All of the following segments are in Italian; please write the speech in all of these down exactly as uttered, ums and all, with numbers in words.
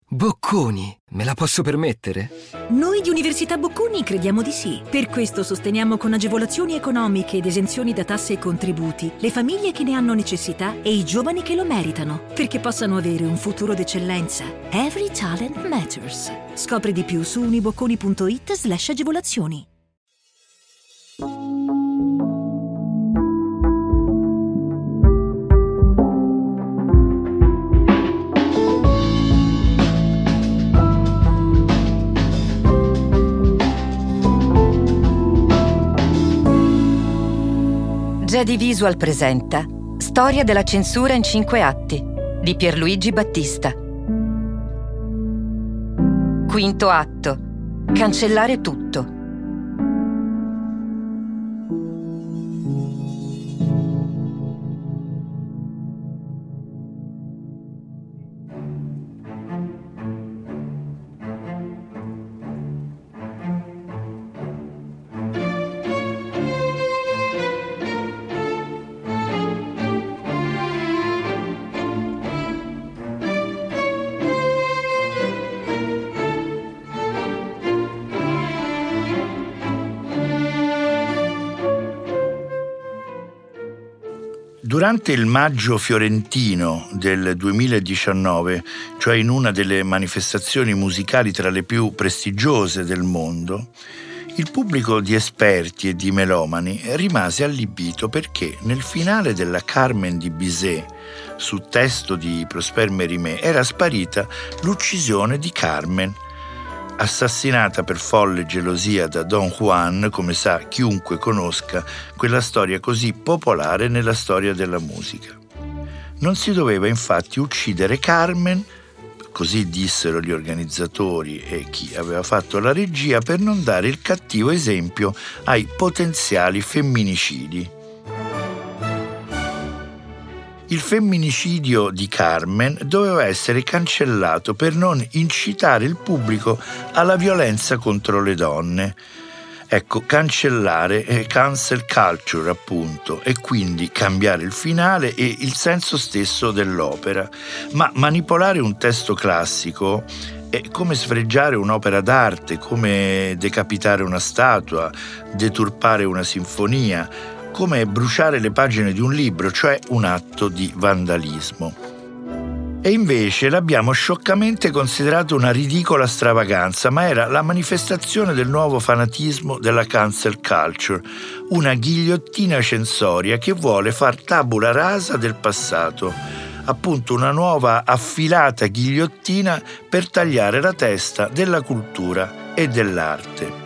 Bocconi, me la posso permettere? Noi di Università Bocconi crediamo di sì. Per questo sosteniamo con agevolazioni economiche ed esenzioni da tasse e contributi le famiglie che ne hanno necessità e i giovani che lo meritano, perché possano avere un futuro d'eccellenza. Every talent matters. Scopri di più su unibocconi.it slash agevolazioni. Jedi Visual presenta Storia della censura in cinque atti di Pierluigi Battista. Quinto atto. Cancellare tutto. Durante il Maggio fiorentino del duemiladiciannove, cioè in una delle manifestazioni musicali tra le più prestigiose del mondo, il pubblico di esperti e di melomani rimase allibito perché nel finale della Carmen di Bizet, su testo di Prosper Mérimée, era sparita l'uccisione di Carmen, assassinata per folle gelosia da Don Juan, come sa chiunque conosca quella storia così popolare nella storia della musica. Non si doveva infatti uccidere Carmen, così dissero gli organizzatori e chi aveva fatto la regia, per non dare il cattivo esempio ai potenziali femminicidi. Il femminicidio di Carmen doveva essere cancellato per non incitare il pubblico alla violenza contro le donne. Ecco, cancellare è cancel culture, appunto, e quindi cambiare il finale e il senso stesso dell'opera. Ma manipolare un testo classico è come sfregiare un'opera d'arte, come decapitare una statua, deturpare una sinfonia, come bruciare le pagine di un libro, cioè un atto di vandalismo. E invece l'abbiamo scioccamente considerato una ridicola stravaganza, ma era la manifestazione del nuovo fanatismo della cancel culture, una ghigliottina censoria che vuole far tabula rasa del passato, appunto una nuova affilata ghigliottina per tagliare la testa della cultura e dell'arte.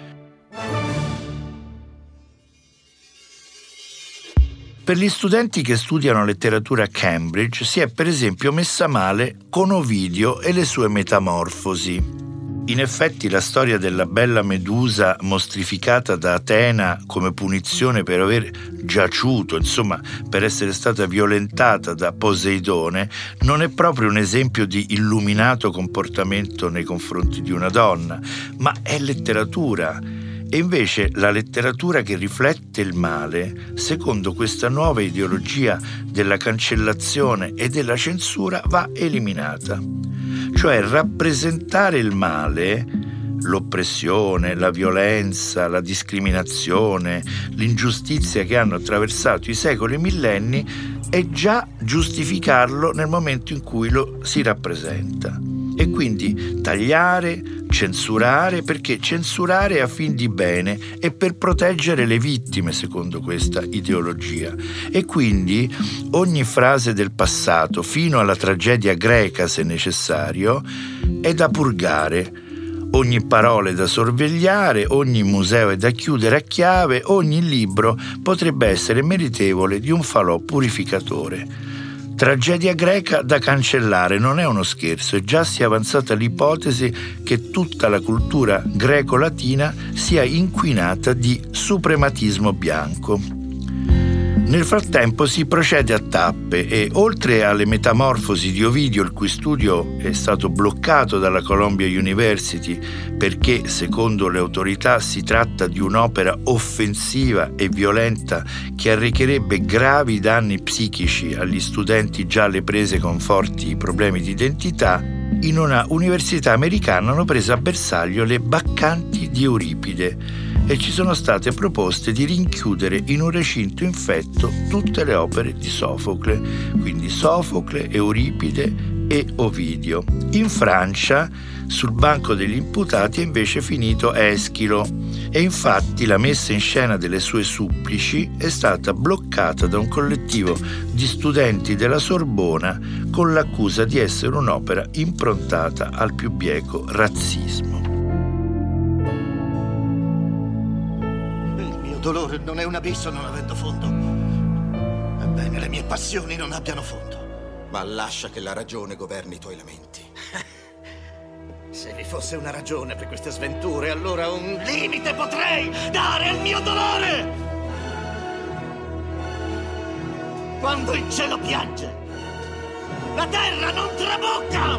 Per gli studenti che studiano letteratura a Cambridge si è per esempio messa male con Ovidio e le sue metamorfosi. In effetti la storia della bella Medusa mostrificata da Atena come punizione per aver giaciuto, insomma per essere stata violentata da Poseidone, non è proprio un esempio di illuminato comportamento nei confronti di una donna, ma è letteratura. E invece la letteratura che riflette il male, secondo questa nuova ideologia della cancellazione e della censura, va eliminata. Cioè rappresentare il male, l'oppressione, la violenza, la discriminazione, l'ingiustizia che hanno attraversato i secoli e i millenni, è già giustificarlo nel momento in cui lo si rappresenta. E quindi tagliare, censurare, perché censurare è a fin di bene e per proteggere le vittime, secondo questa ideologia. E quindi ogni frase del passato, fino alla tragedia greca se necessario, è da purgare. Ogni parola è da sorvegliare, ogni museo è da chiudere a chiave, ogni libro potrebbe essere meritevole di un falò purificatore. Tragedia greca da cancellare, non è uno scherzo, e già si è avanzata l'ipotesi che tutta la cultura greco-latina sia inquinata di suprematismo bianco. Nel frattempo si procede a tappe e, oltre alle metamorfosi di Ovidio, il cui studio è stato bloccato dalla Columbia University perché, secondo le autorità, si tratta di un'opera offensiva e violenta che arrecherebbe gravi danni psichici agli studenti già alle prese con forti problemi di identità, in una università americana hanno preso a bersaglio le Baccanti di Euripide e ci sono state proposte di rinchiudere in un recinto infetto tutte le opere di Sofocle, quindi Sofocle, Euripide e Ovidio. In Francia, sul banco degli imputati è invece finito Eschilo e infatti la messa in scena delle sue supplici è stata bloccata da un collettivo di studenti della Sorbona con l'accusa di essere un'opera improntata al più bieco razzismo. Il mio dolore non è un abisso non avendo fondo. Ebbene, le mie passioni non abbiano fondo. Ma lascia che la ragione governi i tuoi lamenti. Se vi fosse una ragione per queste sventure, allora un limite potrei dare al mio dolore! Quando il cielo piange, la terra non trabocca!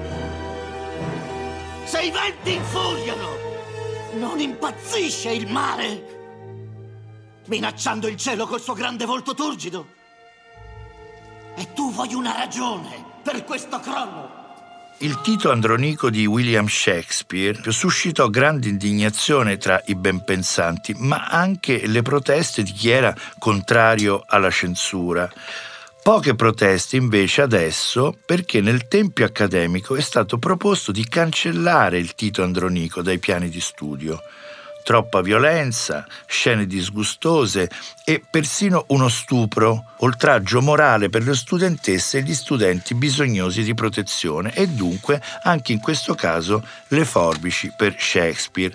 Se i venti infuriano, non impazzisce il mare, minacciando il cielo col suo grande volto turgido. E tu vuoi una ragione per questo crollo? Il Tito Andronico di William Shakespeare suscitò grande indignazione tra i benpensanti, ma anche le proteste di chi era contrario alla censura. Poche proteste invece adesso perché nel tempio accademico è stato proposto di cancellare il Tito Andronico dai piani di studio. Troppa violenza, scene disgustose e persino uno stupro, oltraggio morale per le studentesse e gli studenti bisognosi di protezione e dunque anche in questo caso le forbici per Shakespeare.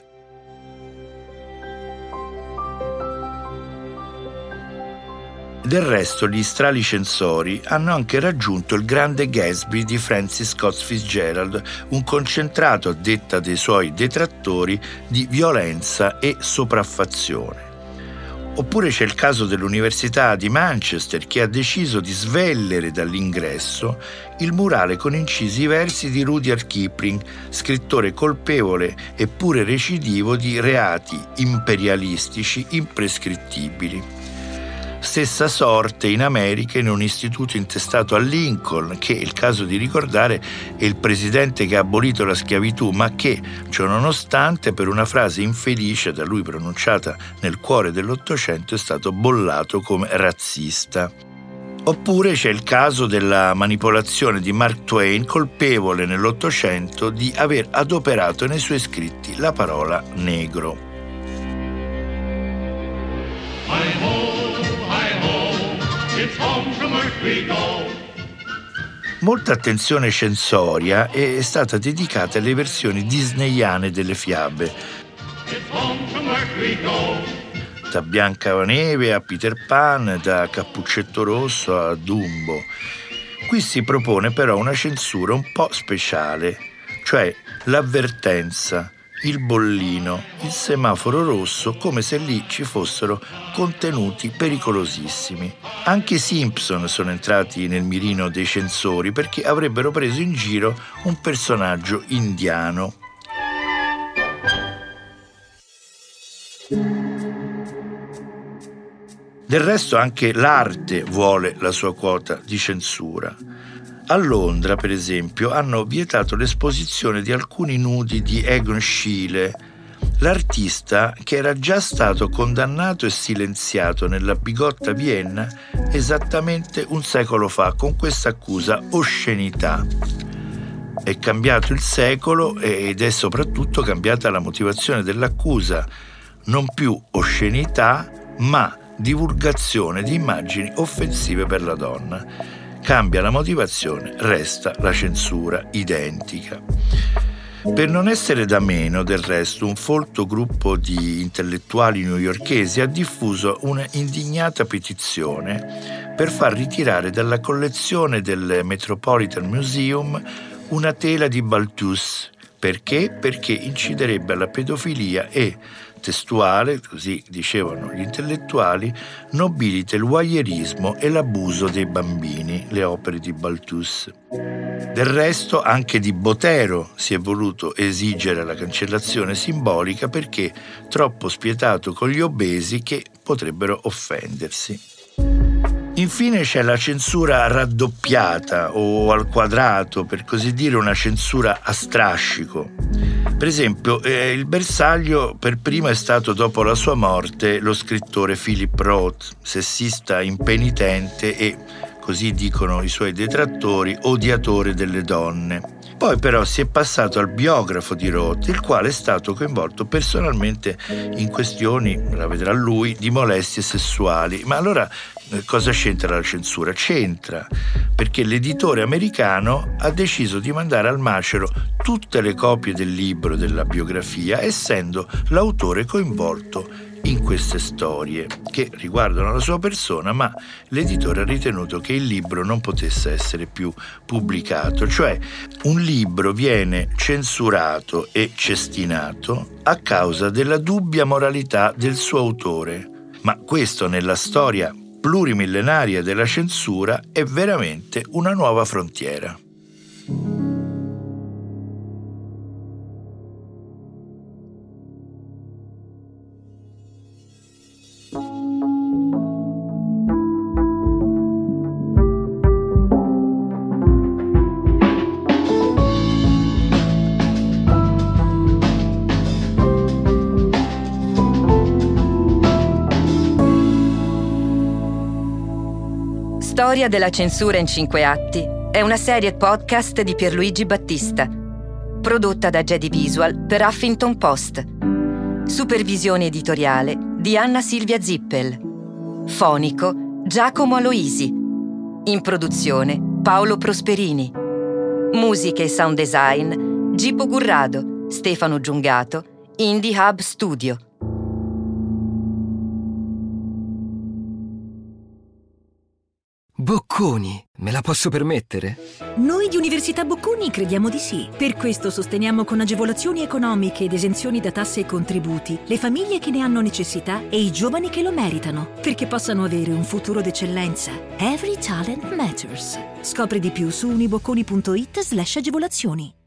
Del resto gli strali censori hanno anche raggiunto il grande Gatsby di Francis Scott Fitzgerald, un concentrato, a detta dei suoi detrattori, di violenza e sopraffazione. Oppure c'è il caso dell'Università di Manchester che ha deciso di svellere dall'ingresso il murale con incisi i versi di Rudyard Kipling, scrittore colpevole eppure recidivo di reati imperialistici imprescrittibili. Stessa sorte in America in un istituto intestato a Lincoln, che è il caso di ricordare è il presidente che ha abolito la schiavitù, ma che, ciononostante, per una frase infelice da lui pronunciata nel cuore dell'Ottocento è stato bollato come razzista. Oppure c'è il caso della manipolazione di Mark Twain, colpevole nell'Ottocento di aver adoperato nei suoi scritti la parola negro. Molta attenzione censoria è stata dedicata alle versioni disneyane delle fiabe, da Biancaneve a Peter Pan, da Cappuccetto Rosso a Dumbo. Qui si propone però una censura un po' speciale, cioè l'avvertenza, il bollino, il semaforo rosso, come se lì ci fossero contenuti pericolosissimi. Anche i Simpson sono entrati nel mirino dei censori perché avrebbero preso in giro un personaggio indiano. Del resto anche l'arte vuole la sua quota di censura. A Londra, per esempio, hanno vietato l'esposizione di alcuni nudi di Egon Schiele, l'artista che era già stato condannato e silenziato nella bigotta Vienna esattamente un secolo fa con questa accusa oscenità. È cambiato il secolo ed è soprattutto cambiata la motivazione dell'accusa, non più oscenità, ma divulgazione di immagini offensive per la donna. Cambia la motivazione, resta la censura identica. Per non essere da meno, del resto, un folto gruppo di intellettuali newyorkesi ha diffuso una indignata petizione per far ritirare dalla collezione del Metropolitan Museum una tela di Balthus. Perché? Perché inciderebbe alla pedofilia e, testuale, così dicevano gli intellettuali, nobilita il voyeurismo e l'abuso dei bambini, le opere di Balthus. Del resto anche di Botero si è voluto esigere la cancellazione simbolica perché troppo spietato con gli obesi che potrebbero offendersi. Infine c'è la censura raddoppiata o al quadrato, per così dire una censura a strascico. Per esempio, eh, il bersaglio per primo è stato, dopo la sua morte, lo scrittore Philip Roth, sessista impenitente e, così dicono i suoi detrattori, odiatore delle donne. Poi però si è passato al biografo di Roth, il quale è stato coinvolto personalmente in questioni, la vedrà lui, di molestie sessuali. Ma allora cosa c'entra la censura? C'entra perché l'editore americano ha deciso di mandare al macero tutte le copie del libro della biografia, essendo l'autore coinvolto in queste storie che riguardano la sua persona, ma l'editore ha ritenuto che il libro non potesse essere più pubblicato. Cioè, un libro viene censurato e cestinato a causa della dubbia moralità del suo autore. Ma questo, nella storia plurimillenaria della censura, è veramente una nuova frontiera. Storia della censura in cinque atti è una serie podcast di Pierluigi Battista, prodotta da Jedi Visual per Huffington Post. Supervisione editoriale di Anna Silvia Zippel. Fonico Giacomo Aloisi. In produzione Paolo Prosperini. Musiche e sound design Gipo Gurrado, Stefano Giungato, Indie Hub Studio. Bocconi, me la posso permettere? Noi di Università Bocconi crediamo di sì. Per questo sosteniamo con agevolazioni economiche ed esenzioni da tasse e contributi le famiglie che ne hanno necessità e i giovani che lo meritano, perché possano avere un futuro d'eccellenza. Every talent matters. Scopri di più su unibocconi punto it slash agevolazioni.